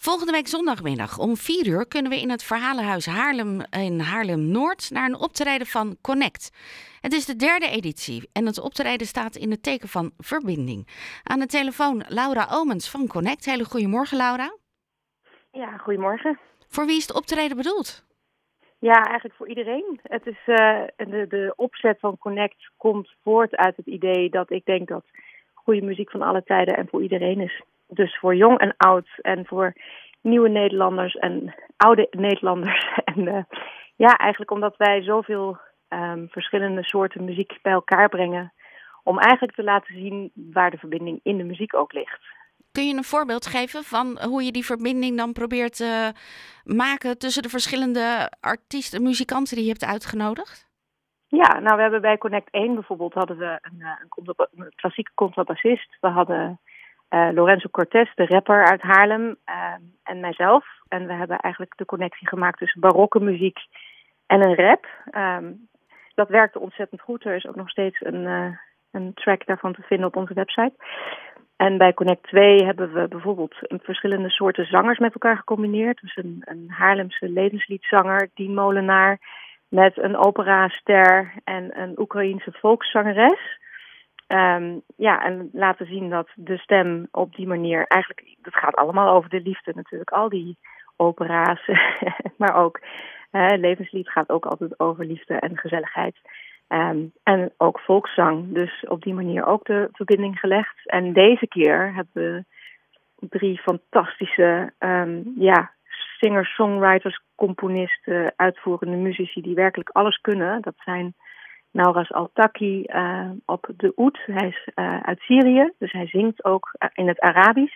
Volgende week zondagmiddag om 4 uur kunnen we in het Verhalenhuis Haarlem in Haarlem-Noord naar een optreden van Connect. Het is de 3e editie en het optreden staat in het teken van verbinding. Aan de telefoon Laura Omens van Connect. Hele goedemorgen, Laura. Ja, goedemorgen. Voor wie is het optreden bedoeld? Ja, eigenlijk voor iedereen. Het is, de opzet van Connect komt voort uit het idee dat ik denk dat goede muziek van alle tijden en voor iedereen is. Dus voor jong en oud en voor nieuwe Nederlanders en oude Nederlanders. En eigenlijk omdat wij zoveel verschillende soorten muziek bij elkaar brengen, om eigenlijk te laten zien waar de verbinding in de muziek ook ligt. Kun je een voorbeeld geven van hoe je die verbinding dan probeert te maken tussen de verschillende artiesten en muzikanten die je hebt uitgenodigd? Ja, nou we hebben bij Connect 1 bijvoorbeeld hadden we een klassieke contrabassist. We hadden Lorenzo Cortés, de rapper uit Haarlem, en mijzelf. En we hebben eigenlijk de connectie gemaakt tussen barokke muziek en een rap. Dat werkte ontzettend goed. Er is ook nog steeds een track daarvan te vinden op onze website. En bij Connect 2 hebben we bijvoorbeeld verschillende soorten zangers met elkaar gecombineerd. Dus een Haarlemse levensliedzanger, Dien Molenaar, met een operaster en een Oekraïense volkszangeres. En laten zien dat de stem op die manier eigenlijk, dat gaat allemaal over de liefde natuurlijk. Al die opera's, maar ook levenslied gaat ook altijd over liefde en gezelligheid. En ook volkszang. Dus op die manier ook de verbinding gelegd. En deze keer hebben we 3 fantastische singers, songwriters, componisten, uitvoerende muzici die werkelijk alles kunnen. Dat zijn Nauras Altaki op de oud. Hij is uit Syrië, dus hij zingt ook in het Arabisch.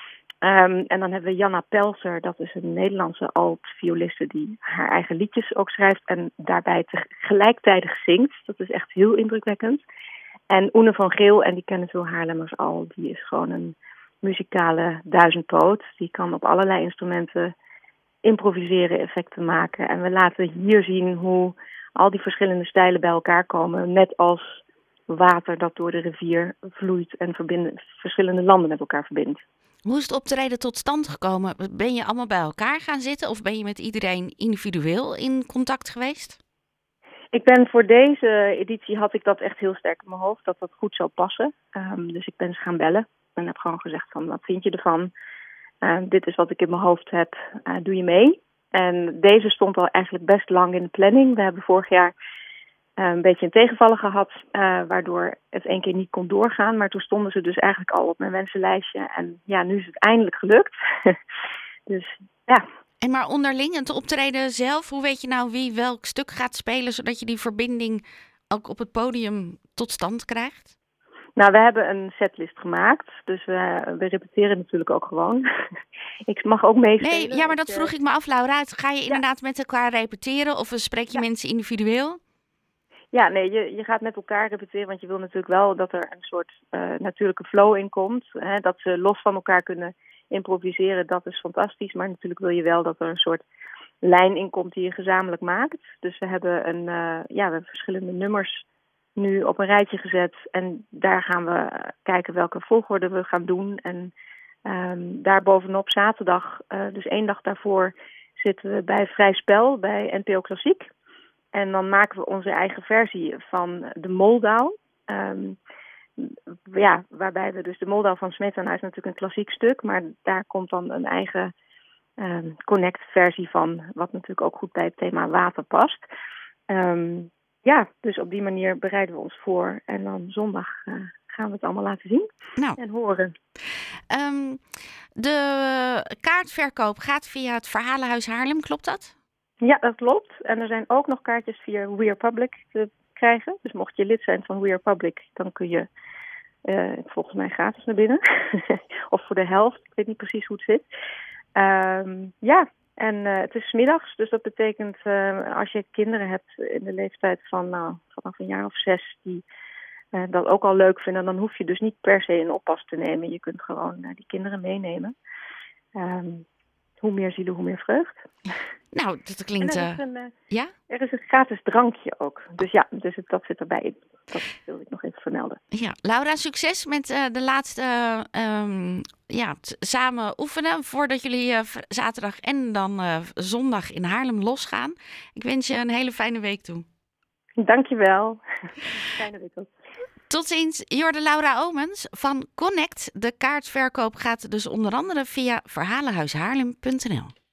En dan hebben we Janna Pelser, dat is een Nederlandse alt-violiste die haar eigen liedjes ook schrijft en daarbij gelijktijdig zingt. Dat is echt heel indrukwekkend. En Oene van Geel, en die kennen veel Haarlemmers al, die is gewoon een muzikale duizendpoot. Die kan op allerlei instrumenten improviseren, effecten maken. En we laten hier zien hoe al die verschillende stijlen bij elkaar komen, net als water dat door de rivier vloeit en verschillende landen met elkaar verbindt. Hoe is het optreden tot stand gekomen? Ben je allemaal bij elkaar gaan zitten of ben je met iedereen individueel in contact geweest? Ik ben voor deze editie had ik dat echt heel sterk in mijn hoofd, dat goed zou passen. Dus ik ben ze gaan bellen en heb gewoon gezegd van, wat vind je ervan? Dit is wat ik in mijn hoofd heb, doe je mee? En deze stond al eigenlijk best lang in de planning. We hebben vorig jaar een beetje een tegenvallen gehad, waardoor het 1 keer niet kon doorgaan. Maar toen stonden ze dus eigenlijk al op mijn wensenlijstje. En ja, nu is het eindelijk gelukt. Dus ja. En maar onderling, het optreden zelf, hoe weet je nou wie welk stuk gaat spelen, zodat je die verbinding ook op het podium tot stand krijgt? Nou, we hebben een setlist gemaakt, dus we repeteren natuurlijk ook gewoon. Ik mag ook meespelen. Nee, ja, maar dat vroeg ik me af, Laura. Ga je inderdaad met elkaar repeteren of spreek je mensen individueel? Ja, nee, je gaat met elkaar repeteren, want je wil natuurlijk wel dat er een soort natuurlijke flow in komt. Hè, dat ze los van elkaar kunnen improviseren, dat is fantastisch. Maar natuurlijk wil je wel dat er een soort lijn in komt die je gezamenlijk maakt. Dus we hebben we hebben verschillende nummers nu op een rijtje gezet. En daar gaan we kijken welke volgorde we gaan doen. En daarbovenop zaterdag, dus 1 dag daarvoor, zitten we bij Vrij Spel, bij NPO Klassiek. En dan maken we onze eigen versie van de Moldau. Waarbij we dus de Moldau van Smetana is natuurlijk een klassiek stuk. Maar daar komt dan een eigen Connect-versie van. Wat natuurlijk ook goed bij het thema water past. Dus op die manier bereiden we ons voor. En dan zondag gaan we het allemaal laten zien en horen. De kaartverkoop gaat via het Verhalenhuis Haarlem, klopt dat? Ja, dat klopt. En er zijn ook nog kaartjes via We Are Public te krijgen. Dus mocht je lid zijn van We Are Public, dan kun je volgens mij gratis naar binnen. Of voor de helft. Ik weet niet precies hoe het zit. Het is 's middags. Dus dat betekent als je kinderen hebt in de leeftijd van vanaf een jaar of 6 die dat ook al leuk vinden, dan hoef je dus niet per se een oppas te nemen. Je kunt gewoon die kinderen meenemen. Hoe meer zielen, hoe meer vreugd. Nou, dat klinkt... Er is een gratis drankje ook. Dus ja, dat zit erbij in. Dat wilde ik nog even vermelden. Ja, Laura, succes met de laatste samen oefenen voordat jullie zaterdag en dan zondag in Haarlem losgaan. Ik wens je een hele fijne week toe. Dankjewel. Fijne week ook. Tot ziens, Jorde Laura Omens van Connect. De kaartverkoop gaat dus onder andere via verhalenhuishaarlem.nl.